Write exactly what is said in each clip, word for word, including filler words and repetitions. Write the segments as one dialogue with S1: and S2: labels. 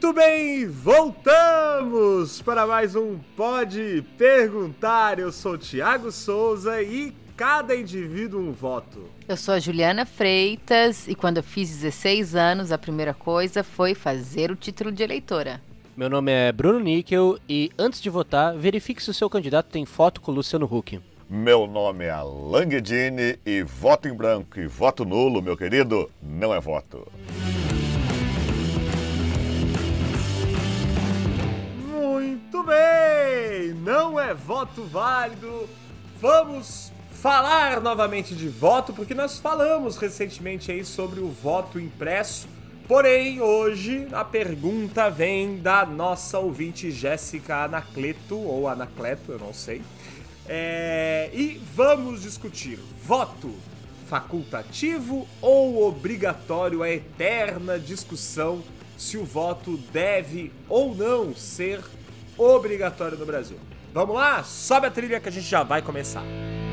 S1: Muito bem, voltamos para mais um Pode Perguntar. Eu sou Thiago Souza e cada indivíduo um voto.
S2: Eu sou a Juliana Freitas e quando eu fiz dezesseis anos, a primeira coisa foi fazer o título de eleitora.
S3: Meu nome é Bruno Níquel e antes de votar, verifique se o seu candidato tem foto com o Luciano Huck.
S4: Meu nome é Alan Guedini e voto em branco e voto nulo, meu querido, não é voto.
S1: Muito bem, não é voto válido. Vamos falar novamente de voto, porque nós falamos recentemente aí sobre o voto impresso. Porém, hoje a pergunta vem da nossa ouvinte Jéssica Anacleto, ou Anacleto, eu não sei. É... E vamos discutir voto facultativo ou obrigatório, a eterna discussão se o voto deve ou não ser obrigatório no Brasil. Vamos lá? Sobe a trilha que a gente já vai começar.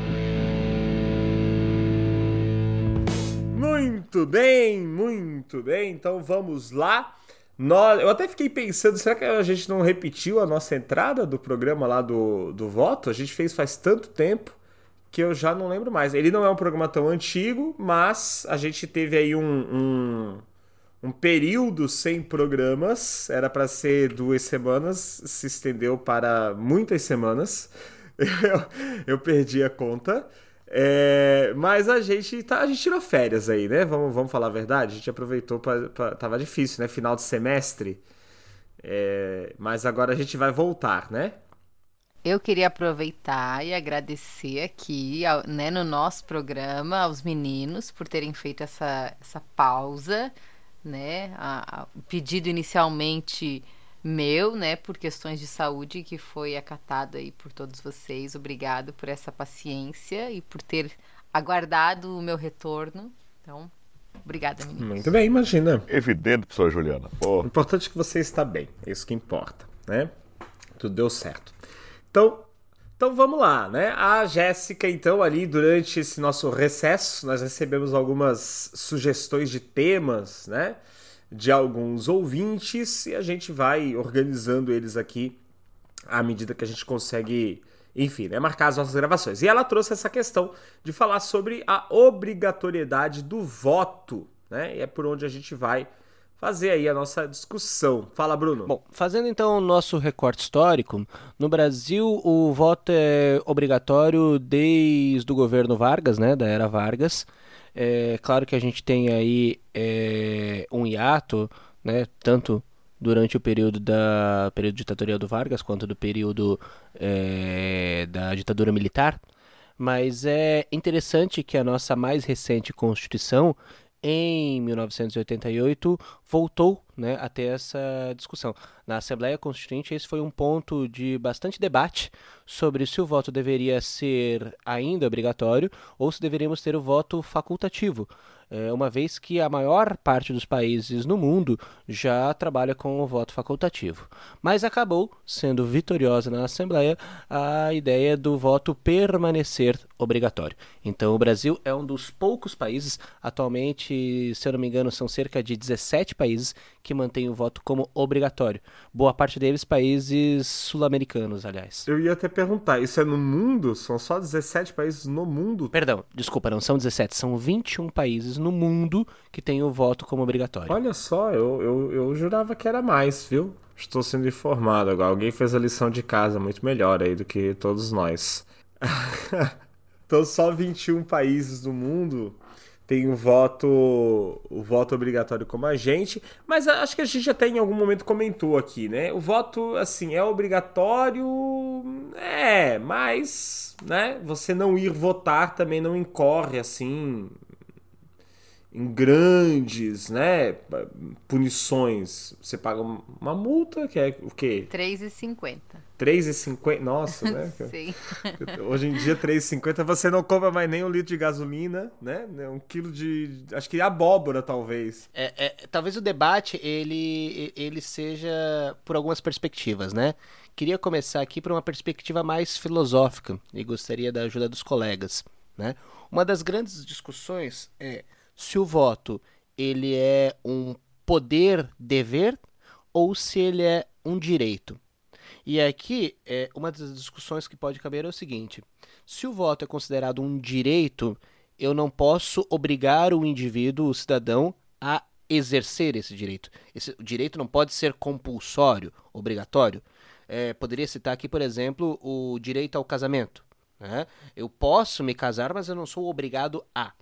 S1: Muito bem, muito bem. Então vamos lá. Nós, eu até fiquei pensando, será que a gente não repetiu a nossa entrada do programa lá do, do voto? A gente fez faz tanto tempo que eu já não lembro mais. Ele não é um programa tão antigo, mas a gente teve aí um... um Um período sem programas, era para ser duas semanas, se estendeu para muitas semanas, eu, eu perdi a conta, é, mas a gente, tá, a gente tirou férias aí, né? Vamos, vamos falar a verdade, a gente aproveitou, pra, pra, tava difícil, né? Final de semestre, é, mas agora a gente vai voltar, né?
S2: Eu queria aproveitar e agradecer aqui, né, no nosso programa, aos meninos por terem feito essa, essa pausa, né, a, a, o pedido inicialmente meu, né, por questões de saúde, que foi acatado aí por todos vocês. Obrigado por essa paciência e por ter aguardado o meu retorno. Então, obrigada, meninos.
S1: Muito bem, imagina.
S4: Evidente, professora Juliana. Pô.
S1: O importante é que você está bem, é isso que importa, né? Tudo deu certo. Então, então vamos lá, né? A Jéssica, então, ali durante esse nosso recesso, nós recebemos algumas sugestões de temas, né? De alguns ouvintes e a gente vai organizando eles aqui à medida que a gente consegue, enfim, né? Marcar as nossas gravações. E ela trouxe essa questão de falar sobre a obrigatoriedade do voto, né? E é por onde a gente vai fazer aí a nossa discussão. Fala, Bruno.
S3: Bom, fazendo então o nosso recorte histórico, no Brasil o voto é obrigatório desde o governo Vargas, né, da era Vargas. É claro que a gente tem aí é, um hiato, né, tanto durante o período da período ditatorial do Vargas quanto do período é, da ditadura militar, mas é interessante que a nossa mais recente Constituição, em mil novecentos e oitenta e oito, voltou, né, a ter essa discussão. Na Assembleia Constituinte, esse foi um ponto de bastante debate sobre se o voto deveria ser ainda obrigatório ou se deveríamos ter o voto facultativo, é, uma vez que a maior parte dos países no mundo já trabalha com o voto facultativo. Mas acabou sendo vitoriosa na Assembleia a ideia do voto permanecer obrigatório. Então o Brasil é um dos poucos países, atualmente, se eu não me engano, são cerca de dezessete países que mantêm o voto como obrigatório. Boa parte deles países sul-americanos, aliás.
S1: Eu ia até perguntar, isso é no mundo? São só dezessete países no mundo?
S3: Perdão, desculpa, não são dezessete, são vinte e um países no mundo que têm o voto como obrigatório.
S1: Olha só, eu, eu, eu jurava que era mais, viu? Estou sendo informado agora. Alguém fez a lição de casa muito melhor aí do que todos nós. Então só vinte e um países do mundo tem o voto, o voto obrigatório como a gente, mas acho que a gente até em algum momento comentou aqui, né? O voto, assim, é obrigatório, é, mas, né, você não ir votar também não incorre, assim, em grandes, né, punições. Você paga uma multa, que é o quê?
S2: três reais e cinquenta.
S1: três reais e cinquenta? Nossa, né?
S2: Sim.
S1: Hoje em dia, três reais e cinquenta você não compra mais nem um litro de gasolina, né? Um quilo de... acho que abóbora, talvez.
S3: É, é, talvez o debate, ele, ele seja por algumas perspectivas, né? Queria começar aqui por uma perspectiva mais filosófica e gostaria da ajuda dos colegas, né? Uma das grandes discussões é se o voto ele é um poder-dever ou se ele é um direito. E aqui, é, uma das discussões que pode caber é o seguinte: se o voto é considerado um direito, eu não posso obrigar o indivíduo, o cidadão, a exercer esse direito. Esse o direito não pode ser compulsório, obrigatório. É, poderia citar aqui, por exemplo, o direito ao casamento, né? Eu posso me casar, mas eu não sou obrigado a.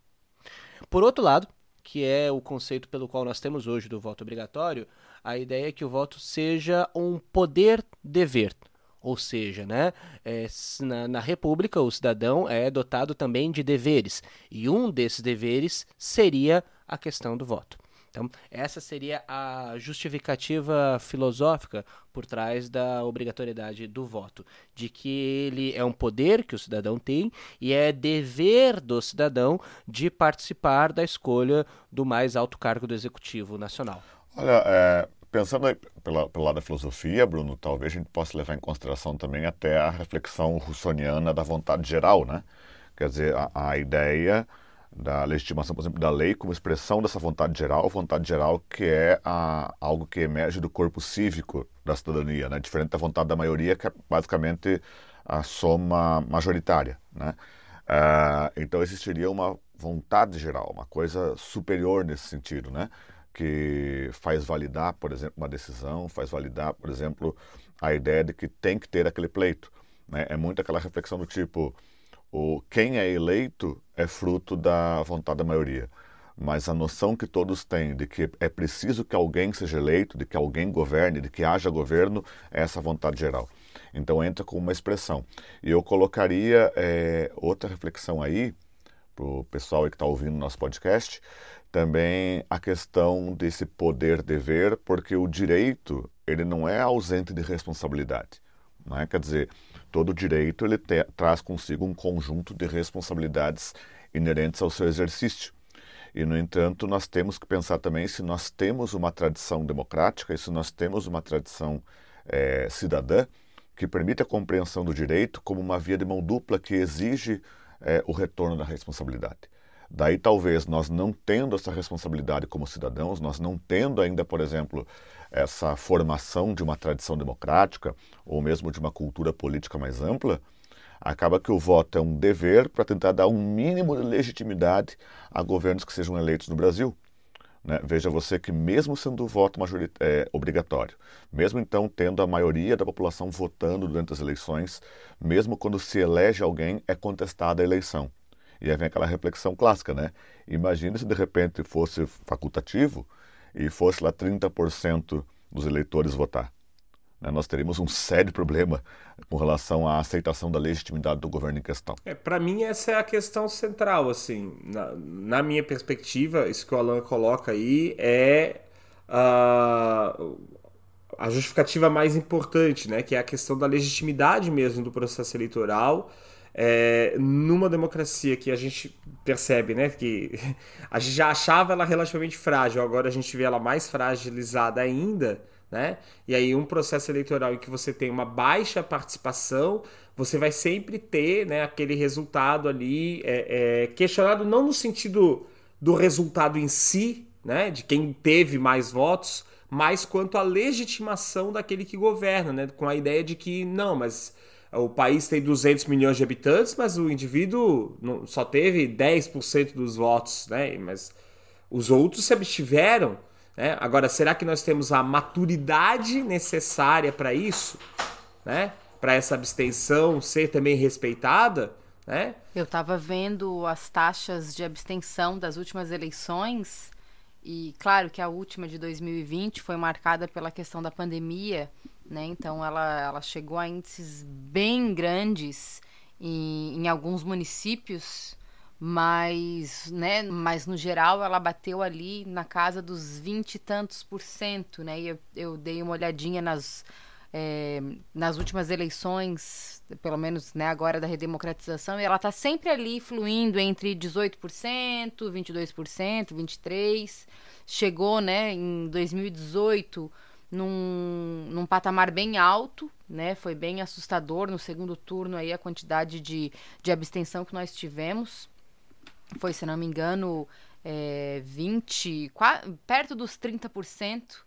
S3: Por outro lado, que é o conceito pelo qual nós temos hoje do voto obrigatório, a ideia é que o voto seja um poder-dever. Ou seja, né, é, na, na República, o cidadão é dotado também de deveres. E um desses deveres seria a questão do voto. Então, essa seria a justificativa filosófica por trás da obrigatoriedade do voto, de que ele é um poder que o cidadão tem e é dever do cidadão de participar da escolha do mais alto cargo do Executivo Nacional.
S4: Olha, é, pensando aí pela, pelo lado da filosofia, Bruno, talvez a gente possa levar em consideração também até a reflexão russoniana da vontade geral, né? Quer dizer, a, a ideia da legitimação, por exemplo, da lei como expressão dessa vontade geral, vontade geral que é a, algo que emerge do corpo cívico da cidadania, né? Diferente da vontade da maioria, que é basicamente a soma majoritária, né? Uh, então existiria uma vontade geral, uma coisa superior nesse sentido, né? Que faz validar, por exemplo, uma decisão, faz validar, por exemplo, a ideia de que tem que ter aquele pleito, né? É muito aquela reflexão do tipo: o quem é eleito é fruto da vontade da maioria, mas a noção que todos têm de que é preciso que alguém seja eleito, de que alguém governe, de que haja governo, é essa vontade geral. Então entra como uma expressão. E eu colocaria é, outra reflexão aí, para o pessoal que está ouvindo nosso podcast, também a questão desse poder-dever, porque o direito ele não é ausente de responsabilidade. Não é? Quer dizer, todo direito ele te, traz consigo um conjunto de responsabilidades inerentes ao seu exercício. E, no entanto, nós temos que pensar também se nós temos uma tradição democrática e se nós temos uma tradição é, cidadã que permite a compreensão do direito como uma via de mão dupla que exige é, o retorno da responsabilidade. Daí, talvez, nós não tendo essa responsabilidade como cidadãos, nós não tendo ainda, por exemplo, essa formação de uma tradição democrática ou mesmo de uma cultura política mais ampla, acaba que o voto é um dever para tentar dar um mínimo de legitimidade a governos que sejam eleitos no Brasil. Né? Veja você que mesmo sendo o voto majorit- é, obrigatório, mesmo então tendo a maioria da população votando durante as eleições, mesmo quando se elege alguém, é contestada a eleição. E aí vem aquela reflexão clássica, né? Imagina se de repente fosse facultativo e fosse lá trinta por cento dos eleitores votar. Né? Nós teríamos um sério problema com relação à aceitação da legitimidade do governo em questão.
S1: É, para mim essa é a questão central, assim, na, na minha perspectiva, isso que o Alan coloca aí é uh, a justificativa mais importante, né? Que é a questão da legitimidade mesmo do processo eleitoral. É, numa democracia que a gente percebe, né, que a gente já achava ela relativamente frágil, agora a gente vê ela mais fragilizada ainda, né? E aí um processo eleitoral em que você tem uma baixa participação, você vai sempre ter, né, aquele resultado ali é, é, questionado não no sentido do resultado em si, né, de quem teve mais votos, mas quanto à legitimação daquele que governa, né, com a ideia de que não, mas o país tem duzentos milhões de habitantes, mas o indivíduo só teve dez por cento dos votos, né? Mas os outros se abstiveram, né? Agora, será que nós temos a maturidade necessária para isso, né? Para essa abstenção ser também respeitada, né?
S2: Eu estava vendo as taxas de abstenção das últimas eleições e, claro, que a última de dois mil e vinte foi marcada pela questão da pandemia, né? Então ela, ela chegou a índices bem grandes em, em alguns municípios, mas, né, mas no geral ela bateu ali na casa dos vinte e tantos por cento, né? E eu, eu dei uma olhadinha nas, é, nas últimas eleições, pelo menos, né, agora da redemocratização, e ela está sempre ali fluindo entre dezoito por cento, vinte e dois por cento, vinte e três por cento. Chegou, né, em dois mil e dezoito Num, num patamar bem alto, né? Foi bem assustador no segundo turno aí a quantidade de, de abstenção que nós tivemos. Foi, se não me engano, é, vinte, quase, perto dos trinta por cento,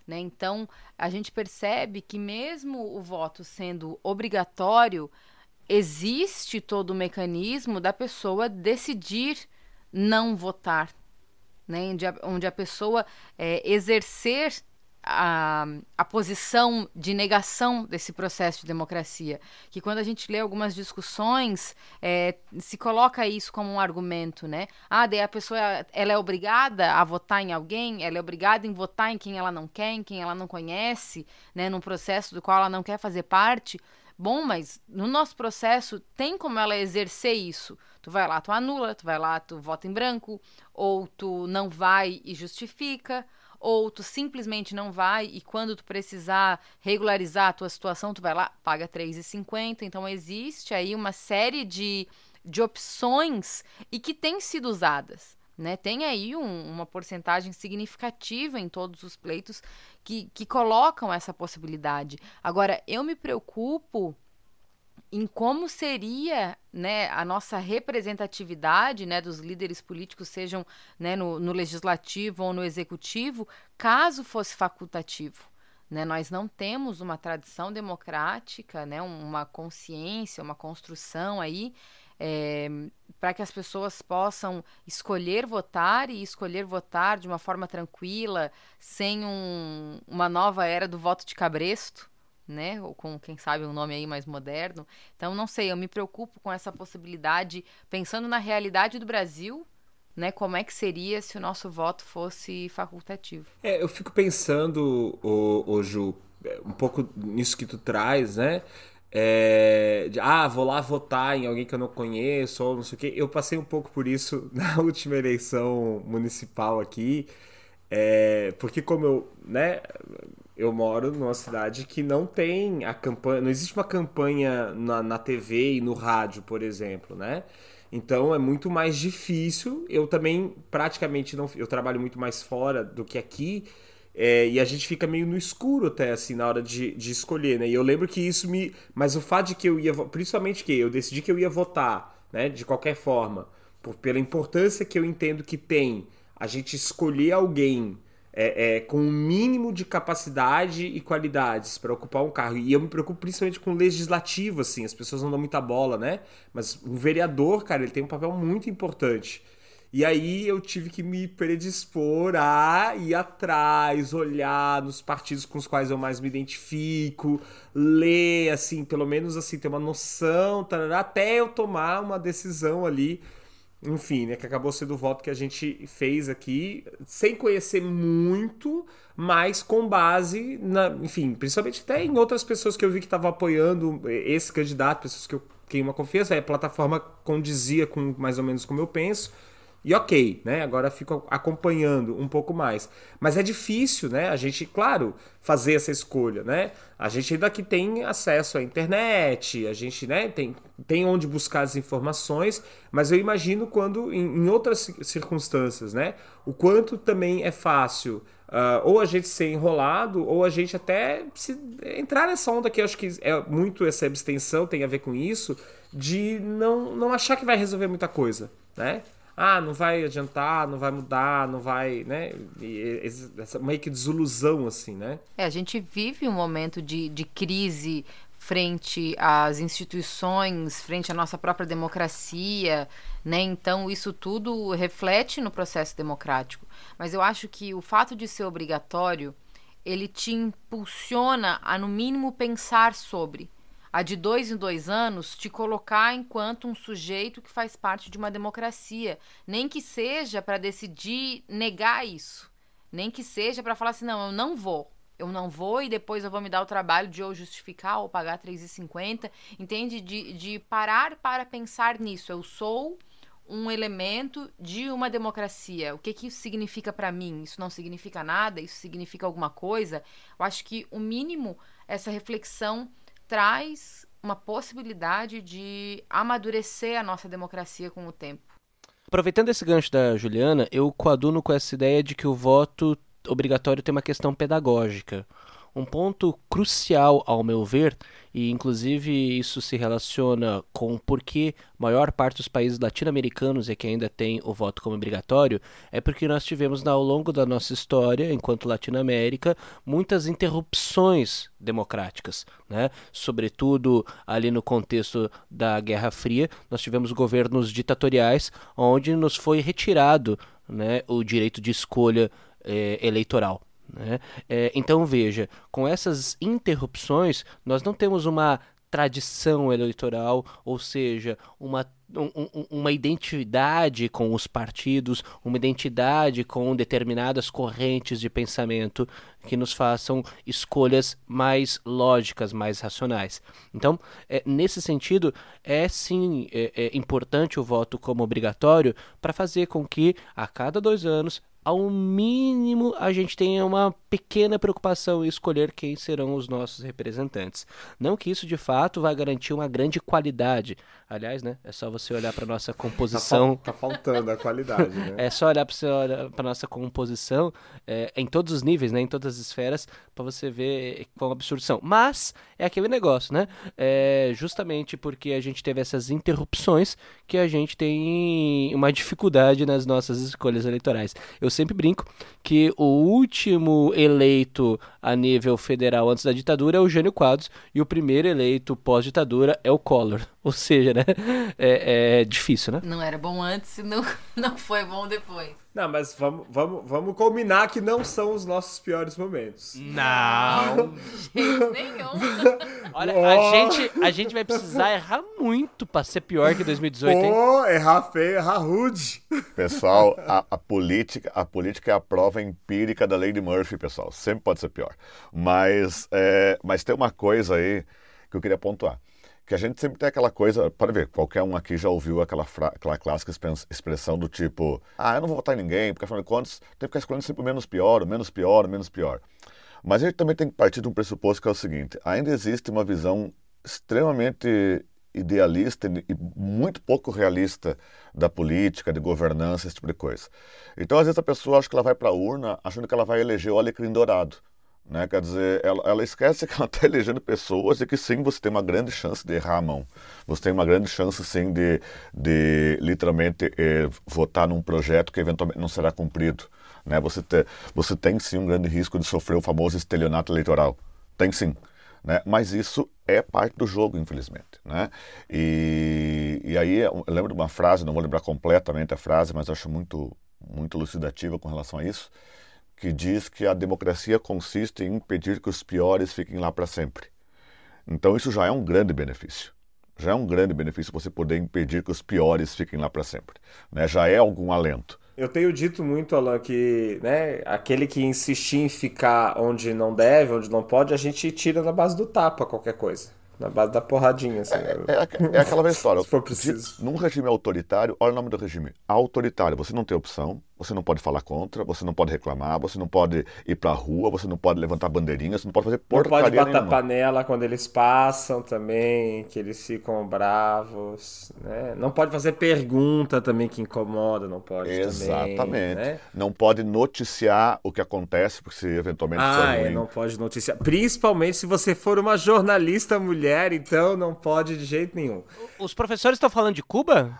S2: né? Então, a gente percebe que mesmo o voto sendo obrigatório, existe todo o mecanismo da pessoa decidir não votar, né? Onde a, onde a pessoa é, exercer a, a posição de negação desse processo de democracia. Que quando a gente lê algumas discussões, é, se coloca isso como um argumento, né? Ah, daí a pessoa ela é obrigada a votar em alguém, ela é obrigada em votar em quem ela não quer, em quem ela não conhece, né? Num processo do qual ela não quer fazer parte. Bom, mas no nosso processo tem como ela exercer isso. Tu vai lá, tu anula, tu vai lá, tu vota em branco, ou tu não vai e justifica, ou tu simplesmente não vai e quando tu precisar regularizar a tua situação, tu vai lá, paga três reais e cinquenta centavos. Então existe aí uma série de, de opções e que têm sido usadas. Né? Tem aí um, uma porcentagem significativa em todos os pleitos que, que colocam essa possibilidade. Agora, eu me preocupo em como seria, né, a nossa representatividade, né, dos líderes políticos, sejam, né, no, no legislativo ou no executivo, caso fosse facultativo. Né? Nós não temos uma tradição democrática, né, uma consciência, uma construção aí, É, para que as pessoas possam escolher votar e escolher votar de uma forma tranquila, sem um, uma nova era do voto de cabresto, né? Ou com, quem sabe, um nome aí mais moderno. Então, não sei, eu me preocupo com essa possibilidade, pensando na realidade do Brasil, né? Como é que seria se o nosso voto fosse facultativo?
S1: É, eu fico pensando, ô, ô Ju, um pouco nisso que tu traz, né? É, de, ah, vou lá votar em alguém que eu não conheço ou não sei o quê. Eu passei um pouco por isso na última eleição municipal aqui, é, porque como eu, né, eu moro numa cidade que não tem a campanha, não existe uma campanha na, na T V e no rádio, por exemplo, né? Então é muito mais difícil. Eu também praticamente não, eu trabalho muito mais fora do que aqui. É, e a gente fica meio no escuro até, assim, na hora de, de escolher, né? E eu lembro que isso me... Mas o fato de que eu ia... Principalmente que eu decidi que eu ia votar, né? De qualquer forma. Por, pela importância que eu entendo que tem a gente escolher alguém é, é, com um mínimo de capacidade e qualidades para ocupar um cargo. E eu me preocupo principalmente com o legislativo, assim. As pessoas não dão muita bola, né? Mas o vereador, cara, ele tem um papel muito importante. E aí eu tive que me predispor a ir atrás, olhar nos partidos com os quais eu mais me identifico, ler, assim, pelo menos assim, ter uma noção, tarará, até eu tomar uma decisão ali, enfim, né, que acabou sendo o voto que a gente fez aqui, sem conhecer muito, mas com base, na, enfim, principalmente até em outras pessoas que eu vi que estavam apoiando esse candidato, pessoas que eu tenho uma confiança, a plataforma condizia com mais ou menos como eu penso. E ok, né? Agora fico acompanhando um pouco mais. Mas é difícil, né? A gente, claro, fazer essa escolha, né? A gente ainda que tem acesso à internet, a gente, né, tem, tem onde buscar as informações, mas eu imagino quando, em, em outras circunstâncias, né? O quanto também é fácil uh, ou a gente ser enrolado, ou a gente até se, entrar nessa onda que eu acho que é muito essa abstenção, tem a ver com isso, de não, não achar que vai resolver muita coisa, né? Ah, não vai adiantar, não vai mudar, não vai, né? E essa meio que desilusão, assim, né?
S2: É, a gente vive um momento de, de crise frente às instituições, frente à nossa própria democracia, né? Então, isso tudo reflete no processo democrático. Mas eu acho que o fato de ser obrigatório, ele te impulsiona a, no mínimo, pensar sobre. A de dois em dois anos, te colocar enquanto um sujeito que faz parte de uma democracia. Nem que seja para decidir negar isso. Nem que seja para falar assim, não, eu não vou. Eu não vou e depois eu vou me dar o trabalho de eu justificar ou pagar três reais e cinquenta centavos. Entende? De, de parar para pensar nisso. Eu sou um elemento de uma democracia. O que, que isso significa para mim? Isso não significa nada? Isso significa alguma coisa? Eu acho que o mínimo, essa reflexão traz uma possibilidade de amadurecer a nossa democracia com o tempo.
S3: Aproveitando esse gancho da Juliana, eu coaduno com essa ideia de que o voto obrigatório tem uma questão pedagógica. Um ponto crucial, ao meu ver, e inclusive isso se relaciona com por que a maior parte dos países latino-americanos é que ainda tem o voto como obrigatório, é porque nós tivemos ao longo da nossa história, enquanto Latinoamérica, muitas interrupções democráticas, né? Sobretudo ali no contexto da Guerra Fria, nós tivemos governos ditatoriais onde nos foi retirado, né, o direito de escolha eh, eleitoral. Né? É, então veja, com essas interrupções nós não temos uma tradição eleitoral, ou seja, uma, um, uma identidade com os partidos, uma identidade com determinadas correntes de pensamento que nos façam escolhas mais lógicas, mais racionais. Então, é, nesse sentido, é sim é, é importante o voto como obrigatório para fazer com que a cada dois anos ao mínimo, a gente tenha uma pequena preocupação em escolher quem serão os nossos representantes. Não que isso, de fato, vai garantir uma grande qualidade. Aliás, né, é só você olhar para a nossa composição...
S1: Tá, fal- tá faltando a qualidade, né?
S3: É só olhar para a nossa composição é, em todos os níveis, né, em todas as esferas, para você ver quão absurdo são. Mas é aquele negócio, né? É justamente porque a gente teve essas interrupções que a gente tem uma dificuldade nas nossas escolhas eleitorais. Eu sempre brinco que o último eleito a nível federal antes da ditadura é o Jânio Quadros e o primeiro eleito pós-ditadura é o Collor. Ou seja, né? É, é difícil, né?
S2: Não era bom antes e não, não foi bom depois.
S1: Não, mas vamos, vamos, vamos combinar que não são os nossos piores momentos.
S3: Não!
S2: De jeito nenhum.
S3: Olha,
S1: Oh.
S3: a, gente, a gente vai precisar errar muito pra ser pior que dois mil e dezoito, hein?
S1: Pô, errar feio, errar rude.
S4: Pessoal, a, a, política, a política é a prova empírica da lei de Murphy, pessoal. Sempre pode ser pior. Mas, é, mas tem uma coisa aí que eu queria pontuar. Que a gente sempre tem aquela coisa, pode ver, qualquer um aqui já ouviu aquela, fra, aquela clássica expressão do tipo, ah, eu não vou votar em ninguém, porque afinal de contas tem que ficar escolhendo sempre o menos pior, o menos pior, o menos pior. Mas a gente também tem que partir de um pressuposto que é o seguinte, ainda existe uma visão extremamente idealista e muito pouco realista da política, de governança, esse tipo de coisa. Então, às vezes a pessoa acha que ela vai para a urna achando que ela vai eleger o alecrim dourado. Né? Quer dizer, ela, ela esquece que ela está elegendo pessoas e que sim, você tem uma grande chance de errar a mão. Você tem uma grande chance sim de, de literalmente eh, votar num projeto que eventualmente não será cumprido. Né? Você, te, você tem sim um grande risco de sofrer o famoso estelionato eleitoral. Tem sim. Né? Mas isso é parte do jogo, infelizmente. Né? E, e aí eu lembro de uma frase, não vou lembrar completamente a frase, mas acho muito, muito elucidativa com relação a isso, que diz que a democracia consiste em impedir que os piores fiquem lá para sempre. Então isso já é um grande benefício. Já é um grande benefício você poder impedir que os piores fiquem lá para sempre. Né? Já é algum alento.
S1: Eu tenho dito muito, Alan, que né, aquele que insistir em ficar onde não deve, onde não pode, a gente tira na base do tapa qualquer coisa. Na base da porradinha, assim.
S4: É, é, é aquela velha história.
S1: Se for preciso.
S4: Num regime autoritário, olha o nome do regime. Autoritário. Você não tem opção, você não pode falar contra, você não pode reclamar, você não pode ir pra rua, você não pode levantar bandeirinha, você não pode fazer porcaria
S1: nenhuma. Não pode bater
S4: nenhuma.
S1: panela quando eles passam também, que eles ficam bravos. Né? Não pode fazer pergunta também que incomoda, não pode
S4: Exatamente.
S1: também. Né?
S4: Não pode noticiar o que acontece, porque se eventualmente
S1: ah,
S4: for ruim...
S1: é, não pode noticiar. Principalmente se você for uma jornalista mulher, então não pode de jeito nenhum.
S3: Os professores estão falando de Cuba?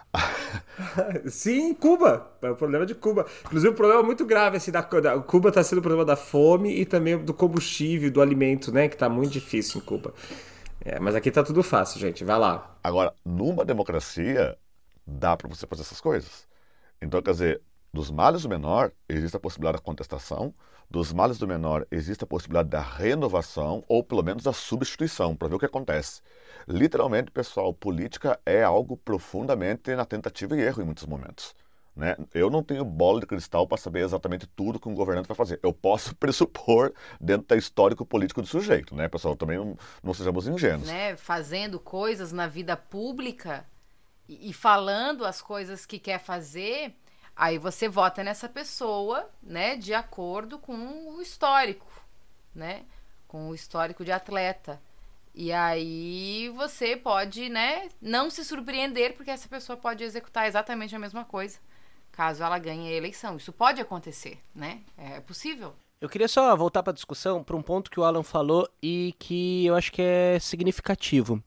S1: Sim, Cuba. É o problema de Cuba. Inclusive, um problema muito grave, assim, da, da Cuba está sendo o problema da fome e também do combustível, do alimento, né? Que está muito difícil em Cuba. É, mas aqui tá tudo fácil, gente. Vai lá.
S4: Agora, numa democracia, dá para você fazer essas coisas. Então, quer dizer, dos males do menor, existe a possibilidade da contestação. Dos males do menor, existe a possibilidade da renovação ou pelo menos da substituição, para ver o que acontece. Literalmente, pessoal, política é algo profundamente na tentativa e erro em muitos momentos. Né? Eu não tenho bola de cristal para saber exatamente tudo que um governante vai fazer. Eu posso pressupor dentro do histórico político do sujeito, né, pessoal? Também não, não sejamos ingênuos.
S2: Né? Fazendo coisas na vida pública e, e falando as coisas que quer fazer... Aí você vota nessa pessoa, né, de acordo com o histórico, né, com o histórico de atleta. E aí você pode, né, não se surpreender porque essa pessoa pode executar exatamente a mesma coisa, caso ela ganhe a eleição. Isso pode acontecer, né, é possível.
S3: Eu queria só voltar para a discussão, para um ponto que o Alan falou e que eu acho que é significativo.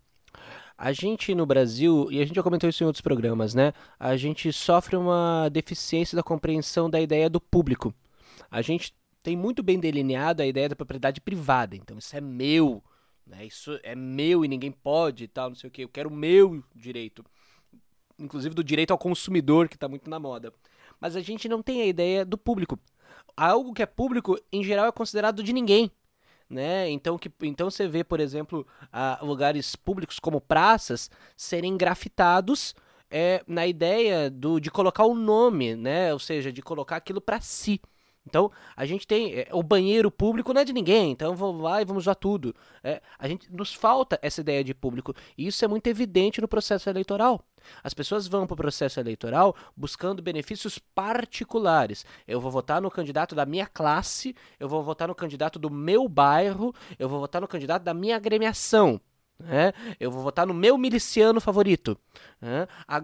S3: A gente no Brasil, e a gente já comentou isso em outros programas, né? A gente sofre uma deficiência da compreensão da ideia do público. A gente tem muito bem delineado a ideia da propriedade privada. Então, isso é meu, né? Isso é meu e ninguém pode e tal, não sei o quê. Eu quero o meu direito. Inclusive do direito ao consumidor, que está muito na moda. Mas a gente não tem a ideia do público. Algo que é público, em geral, é considerado de ninguém. Né? Então, que, então você vê, por exemplo, uh, lugares públicos como praças serem grafitados é, na ideia do, de colocar o nome, né? Ou seja, de colocar aquilo para si. Então, a gente tem... É, o banheiro público não é de ninguém, então vamos lá e vamos usar tudo. É, a gente, nos falta essa ideia de público. E isso é muito evidente no processo eleitoral. As pessoas vão para o processo eleitoral buscando benefícios particulares. Eu vou votar no candidato da minha classe, eu vou votar no candidato do meu bairro, eu vou votar no candidato da minha agremiação. Né? Eu vou votar no meu miliciano favorito. Né?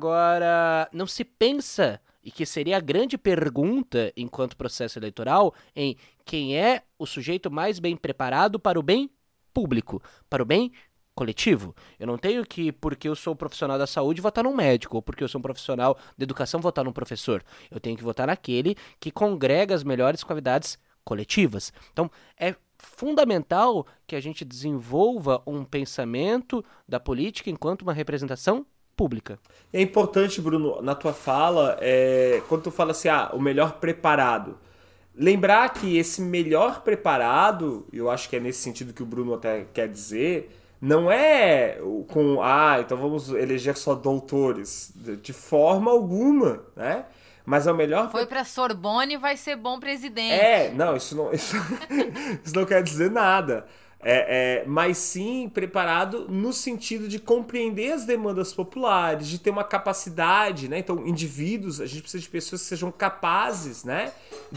S3: Agora, não se pensa... E que seria a grande pergunta, enquanto processo eleitoral, em quem é o sujeito mais bem preparado para o bem público, para o bem coletivo. Eu não tenho que, porque eu sou um profissional da saúde, votar num médico, ou porque eu sou um profissional da educação, votar num professor. Eu tenho que votar naquele que congrega as melhores qualidades coletivas. Então, é fundamental que a gente desenvolva um pensamento da política enquanto uma representação pública.
S1: É importante, Bruno, na tua fala, é, quando tu fala assim, ah, o melhor preparado, lembrar que esse melhor preparado, eu acho que é nesse sentido que o Bruno até quer dizer, não é com, ah, então vamos eleger só doutores, de, de forma alguma, né? Mas é o melhor...
S2: Foi pra Sorbonne e vai ser bom presidente.
S1: É, não, isso não, isso, isso não quer dizer nada. É, é, mas sim preparado no sentido de compreender as demandas populares, de ter uma capacidade, né? Então, indivíduos, a gente precisa de pessoas que sejam capazes, né?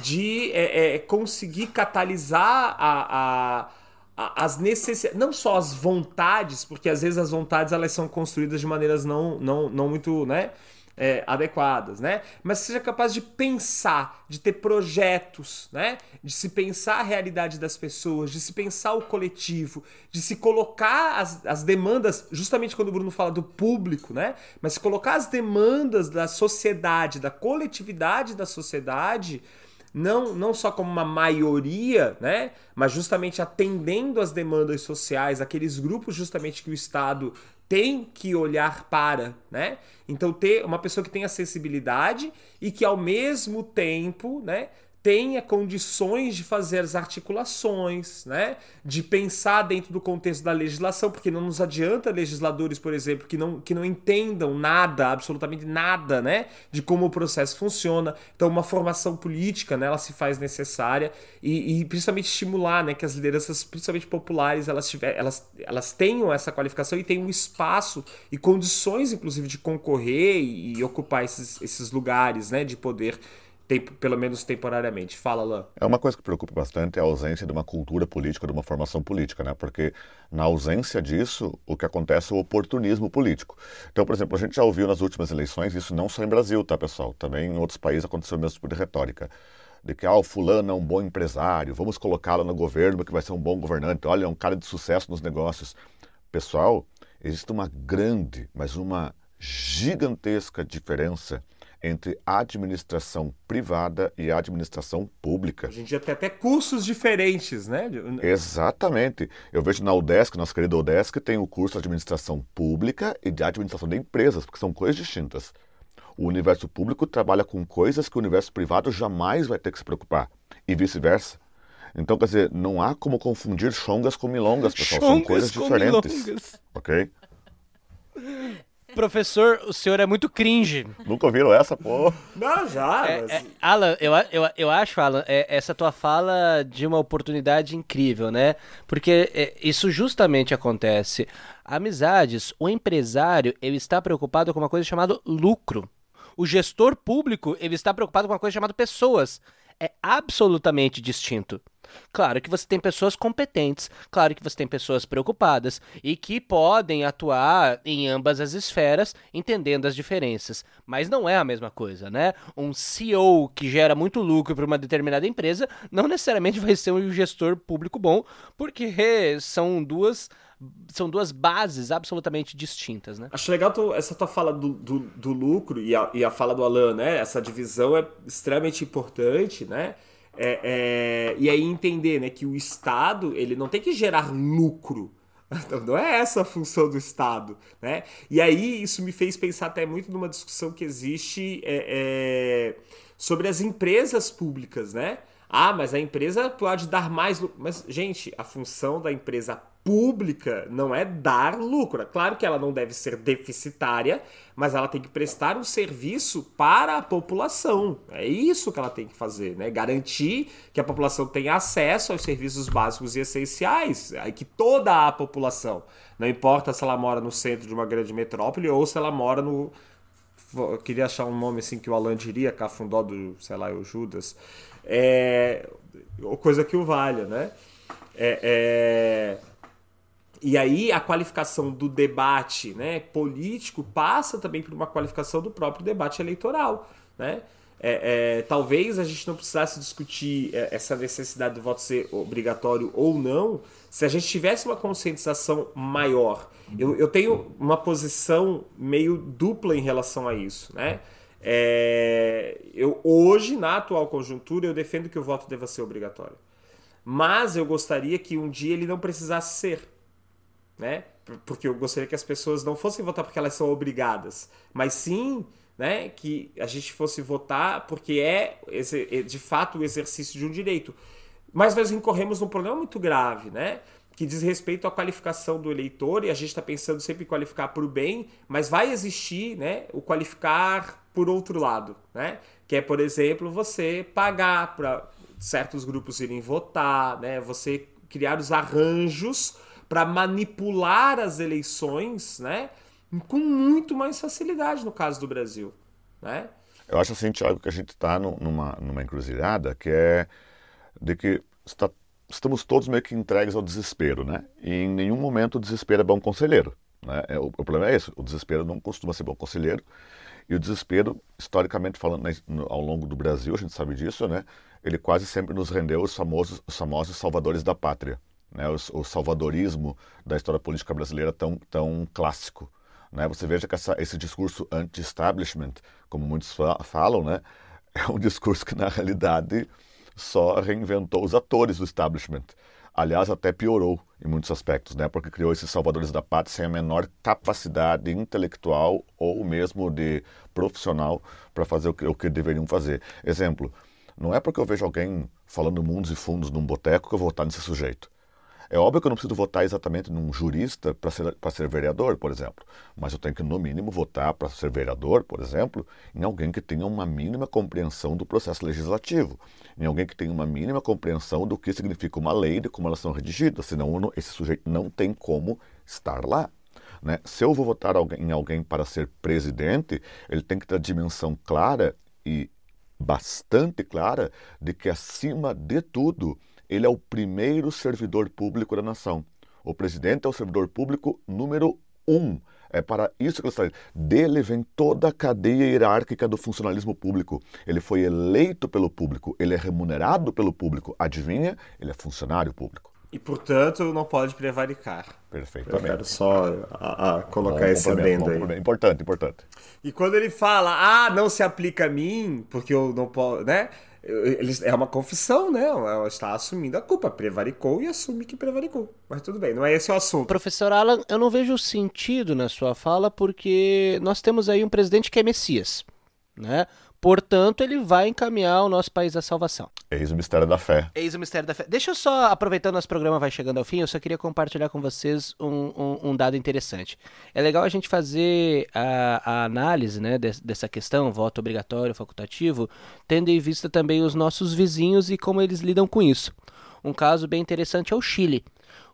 S1: De é, é, conseguir catalisar a, a, a, as necessidades, não só as vontades, porque às vezes as vontades elas são construídas de maneiras não, não, não muito, né? É, adequadas, né? Mas seja capaz de pensar, de ter projetos, né? De se pensar a realidade das pessoas, de se pensar o coletivo, de se colocar as, as demandas, justamente quando o Bruno fala do público, né? Mas se colocar as demandas da sociedade, da coletividade da sociedade, não, não só como uma maioria, né? Mas justamente atendendo às demandas sociais, aqueles grupos justamente que o Estado tem que olhar para, né? Então ter uma pessoa que tenha sensibilidade e que ao mesmo tempo, né, tenha condições de fazer as articulações, né, de pensar dentro do contexto da legislação, porque não nos adianta legisladores, por exemplo, que não, que não entendam nada, absolutamente nada, né, de como o processo funciona. Então uma formação política, né, ela se faz necessária e, e principalmente estimular, né, que as lideranças, principalmente populares, elas, tiver, elas, elas tenham essa qualificação e tenham um espaço e condições, inclusive, de concorrer e, e ocupar esses, esses lugares, né, de poder, tem, pelo menos temporariamente. Fala, Alain.
S4: É uma coisa que preocupa bastante é a ausência de uma cultura política, de uma formação política, né? Porque na ausência disso, o que acontece é o oportunismo político. Então, por exemplo, a gente já ouviu nas últimas eleições, isso não só em Brasil, tá, pessoal? Também em outros países aconteceu o mesmo tipo de retórica. De que, ah, o fulano é um bom empresário, vamos colocá-lo no governo que vai ser um bom governante, olha, é um cara de sucesso nos negócios. Pessoal, existe uma grande, mas uma gigantesca diferença entre a administração privada e a administração pública.
S1: A gente já tem até cursos diferentes, né?
S4: Exatamente. Eu vejo na UDESC, nossa querida UDESC, tem o curso de administração pública e de administração de empresas, porque são coisas distintas. O universo público trabalha com coisas que o universo privado jamais vai ter que se preocupar, e vice-versa. Então, quer dizer, não há como confundir chongas com milongas, pessoal. Chongas são coisas diferentes. Milongas. Ok?
S3: Professor, o senhor é muito cringe.
S4: Nunca ouviram essa, pô?
S1: Não, já.
S3: É,
S1: mas...
S3: é, Alan, eu, eu, eu acho, Alan, é, essa tua fala de uma oportunidade incrível, né? Porque é, isso justamente acontece. Amizades, o empresário, ele está preocupado com uma coisa chamada lucro. O gestor público, ele está preocupado com uma coisa chamada pessoas. é absolutamente distinto. Claro que você tem pessoas competentes, claro que você tem pessoas preocupadas e que podem atuar em ambas as esferas, entendendo as diferenças. Mas não é a mesma coisa, né? Um C E O que gera muito lucro para uma determinada empresa não necessariamente vai ser um gestor público bom, porque são duas, são duas bases absolutamente distintas, né?
S1: Acho legal tu, essa tua fala do, do, do lucro e a, e a fala do Alan, né? Essa divisão é extremamente importante, né? É, é, e aí entender, né, que o Estado ele não tem que gerar lucro. Não é essa a função do Estado, né? E aí isso me fez pensar até muito numa discussão que existe é, é, sobre as empresas públicas, né? Ah, mas a empresa pode dar mais lucro. Mas, gente, a função da empresa pública não é dar lucro. É claro que ela não deve ser deficitária, mas ela tem que prestar um serviço para a população. É isso que ela tem que fazer, né? Garantir que a população tenha acesso aos serviços básicos e essenciais, que toda a população, não importa se ela mora no centro de uma grande metrópole ou se ela mora no... Eu queria achar um nome assim que o Alan diria, Cafundó do, sei lá, o Judas, é, coisa que o valha, né? É, é, e aí a qualificação do debate, né, político passa também por uma qualificação do próprio debate eleitoral, né? É, é, talvez a gente não precisasse discutir essa necessidade do voto ser obrigatório ou não se a gente tivesse uma conscientização maior. Eu, eu tenho uma posição meio dupla em relação a isso, né? É, eu, hoje, na atual conjuntura, eu defendo que o voto deva ser obrigatório. Mas eu gostaria que um dia ele não precisasse ser, né? Porque eu gostaria que as pessoas não fossem votar porque elas são obrigadas, mas sim... né, que a gente fosse votar porque é, de fato, o exercício de um direito. Mas nós incorremos num problema muito grave, né, que diz respeito à qualificação do eleitor, e a gente está pensando sempre em qualificar por bem, mas vai existir, né, o qualificar por outro lado, né, que é, por exemplo, você pagar para certos grupos irem votar, né, você criar os arranjos para manipular as eleições, né, com muito mais facilidade no caso do Brasil, né?
S4: Eu acho assim, Thiago, que a gente está numa, numa encruzilhada que é de que está, estamos todos meio que entregues ao desespero, né? E em nenhum momento o desespero é bom conselheiro, né? O, o problema é esse, o desespero não costuma ser bom conselheiro, e o desespero, historicamente falando, né, ao longo do Brasil, a gente sabe disso, né? Ele quase sempre nos rendeu os famosos, os famosos salvadores da pátria, né? O, o salvadorismo da história política brasileira tão, tão clássico. Né? Você veja que essa, esse discurso anti-establishment, como muitos fa falam, né? É um discurso que, na realidade, só reinventou os atores do establishment. Aliás, até piorou em muitos aspectos, né? Porque criou esses salvadores da pátria sem a menor capacidade intelectual ou mesmo de profissional para fazer o que, o que deveriam fazer. Exemplo, não é porque eu vejo alguém falando mundos e fundos num boteco que eu vou votar nesse sujeito. É óbvio que eu não preciso votar exatamente num jurista para ser, para ser vereador, por exemplo. Mas eu tenho que, no mínimo, votar para ser vereador, por exemplo, em alguém que tenha uma mínima compreensão do processo legislativo. Em alguém que tenha uma mínima compreensão do que significa uma lei e de como elas são redigidas. Senão, esse sujeito não tem como estar lá. Né? Se eu vou votar em alguém para ser presidente, ele tem que ter a dimensão clara e bastante clara de que, acima de tudo, ele é o primeiro servidor público da nação. O presidente é o servidor público número um. É para isso que ele está. Dele vem toda a cadeia hierárquica do funcionalismo público. Ele foi eleito pelo público, ele é remunerado pelo público. Adivinha? Ele é funcionário público.
S1: E, portanto, não pode prevaricar.
S4: Perfeitamente.
S1: Eu quero só a, a colocar
S4: bom
S1: esse adendo aí.
S4: Importante, importante.
S1: E quando ele fala, ah, não se aplica a mim, porque eu não posso, né? Ele, é uma confissão, né? Ela está assumindo a culpa, prevaricou e assume que prevaricou. Mas tudo bem, não é esse o assunto.
S3: Professor Alan, eu não vejo sentido na sua fala, porque nós temos aí um presidente que é Messias, né? Portanto, ele vai encaminhar o nosso país à salvação.
S4: Eis o mistério da fé.
S3: Eis o mistério da fé. Deixa eu só, aproveitando nosso programa vai chegando ao fim, eu só queria compartilhar com vocês um, um, um dado interessante. É legal a gente fazer a, a análise, né, de, dessa questão, voto obrigatório, facultativo, tendo em vista também os nossos vizinhos e como eles lidam com isso. Um caso bem interessante é o Chile.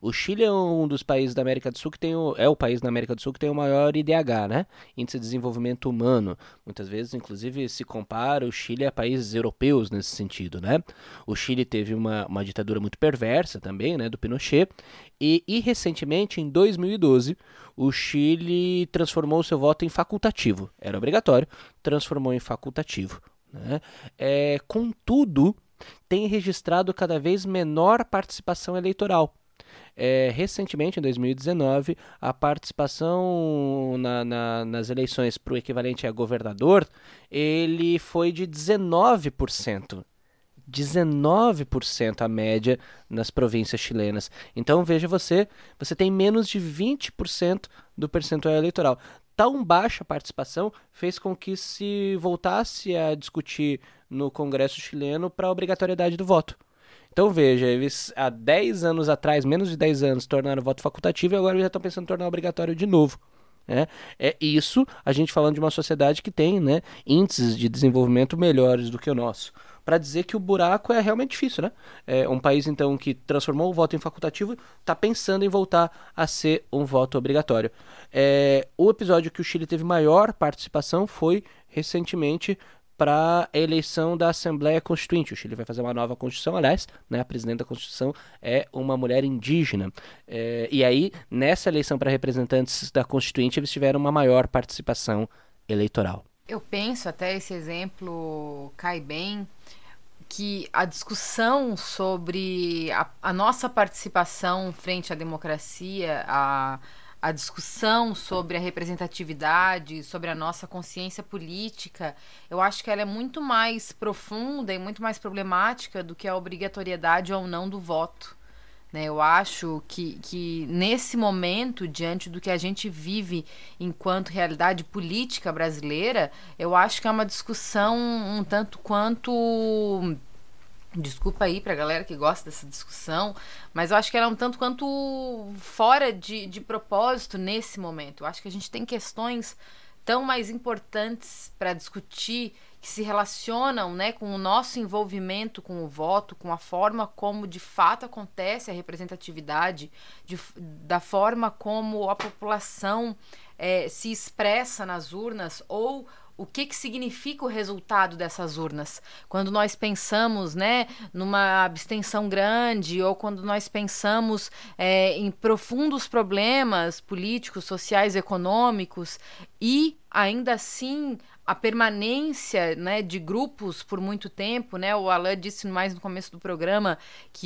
S3: O Chile é um dos países da América do Sul que tem o, é o país da América do Sul que tem o maior I D H, né? Índice de Desenvolvimento Humano. Muitas vezes, inclusive, se compara o Chile a países europeus nesse sentido, né? O Chile teve uma, uma ditadura muito perversa também, né, do Pinochet, e, e recentemente, em dois mil e doze, o Chile transformou o seu voto em facultativo. Era obrigatório, transformou em facultativo, né? É, contudo, tem registrado cada vez menor participação eleitoral. É, recentemente, em dois mil e dezenove, a participação na, na, nas eleições para o equivalente a governador, ele foi de dezenove por cento. dezenove por cento a média nas províncias chilenas. Então, veja você, você tem menos de vinte por cento do percentual eleitoral. Tão baixa participação fez com que se voltasse a discutir no Congresso chileno para a obrigatoriedade do voto. Então veja, eles há dez anos atrás, menos de dez anos, tornaram o voto facultativo e agora eles já estão pensando em tornar obrigatório de novo. É, é isso, a gente falando de uma sociedade que tem, né, índices de desenvolvimento melhores do que o nosso. Para dizer que o buraco é realmente difícil, né? É um país, então, que transformou o voto em facultativo, está pensando em voltar a ser um voto obrigatório. É, o episódio que o Chile teve maior participação foi, recentemente, para a eleição da Assembleia Constituinte. O Chile vai fazer uma nova Constituição, aliás, né, a presidente da Constituição é uma mulher indígena. É, e aí, nessa eleição para representantes da Constituinte, eles tiveram uma maior participação eleitoral.
S2: Eu penso, até esse exemplo cai bem, que a discussão sobre a, a nossa participação frente à democracia, a, a discussão sobre a representatividade, sobre a nossa consciência política, eu acho que ela é muito mais profunda e muito mais problemática do que a obrigatoriedade ou não do voto. Né? Eu acho que, que nesse momento, diante do que a gente vive enquanto realidade política brasileira, eu acho que é uma discussão um tanto quanto... Desculpa aí pra galera que gosta dessa discussão, mas eu acho que ela é um tanto quanto fora de, de propósito nesse momento. Eu acho que a gente tem questões tão mais importantes para discutir que se relacionam, né, com o nosso envolvimento com o voto, com a forma como de fato acontece a representatividade, de, da forma como a população é, se expressa nas urnas ou o que, que significa o resultado dessas urnas. Quando nós pensamos, né, numa abstenção grande ou quando nós pensamos é, em profundos problemas políticos, sociais, econômicos e, ainda assim, a permanência, né, de grupos por muito tempo, né? O Alan disse mais no começo do programa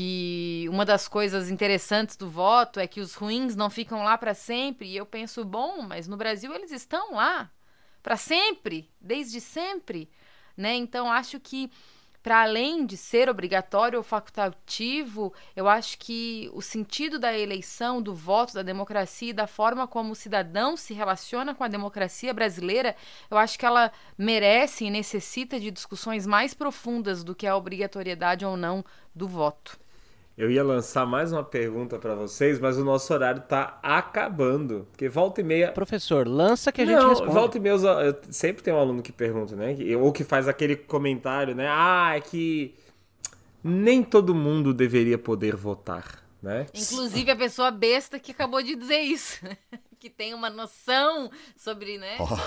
S2: que uma das coisas interessantes do voto é que os ruins não ficam lá para sempre. E eu penso, bom, mas no Brasil eles estão lá para sempre, desde sempre, né? Então acho que para além de ser obrigatório ou facultativo, eu acho que o sentido da eleição, do voto, da democracia e da forma como o cidadão se relaciona com a democracia brasileira, eu acho que ela merece e necessita de discussões mais profundas do que a obrigatoriedade ou não do voto.
S1: Eu ia lançar mais uma pergunta para vocês, mas o nosso horário tá acabando. Porque volta e meia...
S3: Professor, lança que a
S1: Não,
S3: gente responde.
S1: Volta e meia, eu, eu, sempre tem um aluno que pergunta, né? Ou que faz aquele comentário, né? Ah, é que nem todo mundo deveria poder votar, né?
S2: Inclusive a pessoa besta que acabou de dizer isso. Que tem uma noção sobre, né?
S4: Oh.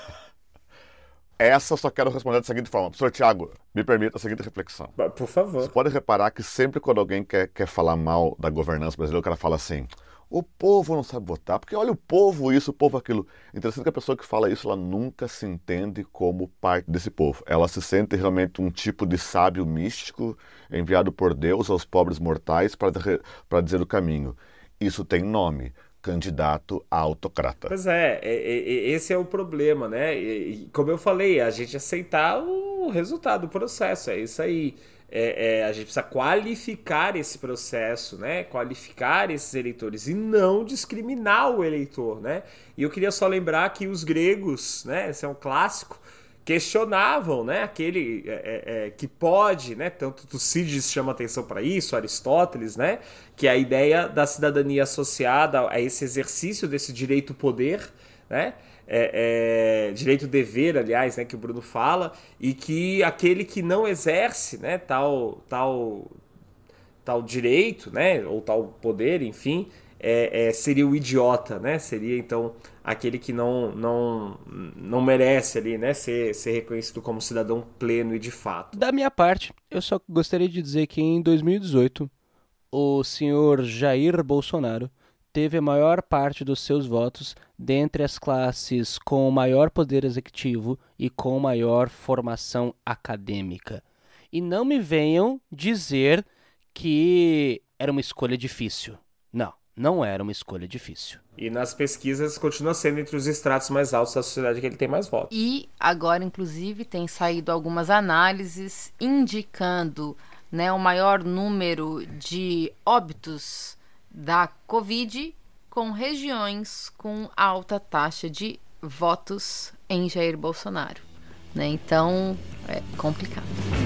S4: Essa eu só quero responder da seguinte forma. Professor Tiago, me permita a seguinte reflexão.
S1: Por favor.
S4: Você pode reparar que sempre quando alguém quer, quer falar mal da governança brasileira, o cara fala assim, o povo não sabe votar, porque olha o povo isso, o povo aquilo. Interessante que a pessoa que fala isso, ela nunca se entende como parte desse povo. Ela se sente realmente um tipo de sábio místico enviado por Deus aos pobres mortais para, para dizer o caminho. Isso tem nome. Candidato a autocrata.
S1: Pois é, é, é, esse é o problema, né? E, e, como eu falei, a gente aceitar o resultado do processo, é isso aí. É, é, a gente precisa qualificar esse processo, né? Qualificar esses eleitores e não discriminar o eleitor, né? E eu queria só lembrar que os gregos, né? Esse é um clássico, questionavam, né, aquele é, é, que pode, né, tanto Tucídides chama atenção para isso, Aristóteles, né, que é a ideia da cidadania associada a esse exercício desse direito-poder, né, é, é, direito-dever, aliás, né, que o Bruno fala, e que aquele que não exerce, né, tal, tal tal direito, né, ou tal poder, enfim, é, é, seria o idiota, né? Seria então aquele que não, não, não merece ali, né, ser, ser reconhecido como cidadão pleno e de fato.
S3: Da minha parte, eu só gostaria de dizer que em dois mil e dezoito o senhor Jair Bolsonaro teve a maior parte dos seus votos dentre as classes com maior poder executivo e com maior formação acadêmica. E não me venham dizer que era uma escolha difícil. Não, não era uma escolha difícil.
S1: E nas pesquisas continua sendo entre os estratos mais altos da sociedade que ele tem mais votos.
S2: E agora, inclusive, tem saído algumas análises indicando, né, o maior número de óbitos da Covid com regiões com alta taxa de votos em Jair Bolsonaro, né? Então, é complicado.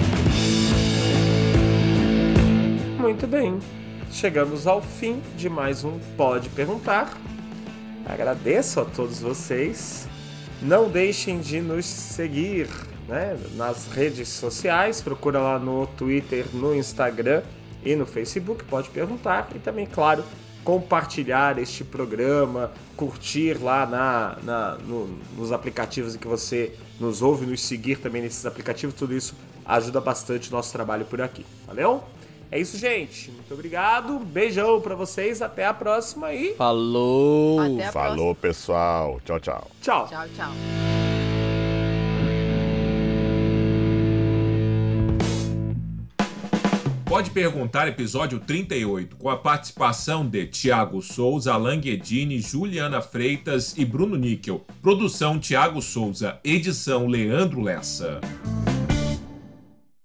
S1: Muito bem. Chegamos ao fim de mais um Pode Perguntar. Agradeço a todos vocês. Não deixem de nos seguir, né, nas redes sociais. Procura lá no Twitter, no Instagram e no Facebook, Pode Perguntar. E também, claro, compartilhar este programa, curtir lá na, na, no, nos aplicativos em que você nos ouve, nos seguir também nesses aplicativos. Tudo isso ajuda bastante o nosso trabalho por aqui. Valeu? É isso, gente. Muito obrigado. Beijão pra vocês. Até a próxima e...
S3: Falou!
S2: Até a
S4: Falou, pessoal. Tchau, tchau.
S1: Tchau.
S2: Tchau, tchau.
S5: Pode Perguntar, episódio trinta e oito, com a participação de Thiago Souza, Alan Guedini, Juliana Freitas e Bruno Níquel. Produção Thiago Souza, edição Leandro Lessa.